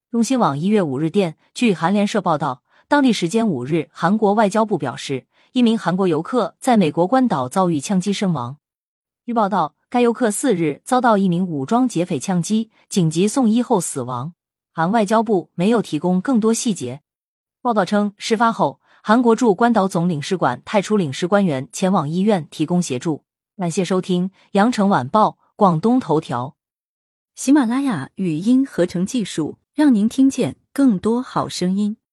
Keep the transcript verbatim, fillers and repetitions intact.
中新网一月五日电，据韩联社报道，当地时间五日，韩国外交部表示，一名韩国游客在美国关岛遭遇枪击身亡。据报道，该游客四日遭到一名武装劫匪枪击，紧急送医后死亡。韩外交部没有提供更多细节。报道称，事发后，韩国驻关岛总领事馆派出领事官员前往医院提供协助。感谢收听羊城晚报广东头条。 喜马拉雅语音合成技术，让您听见更多好声音。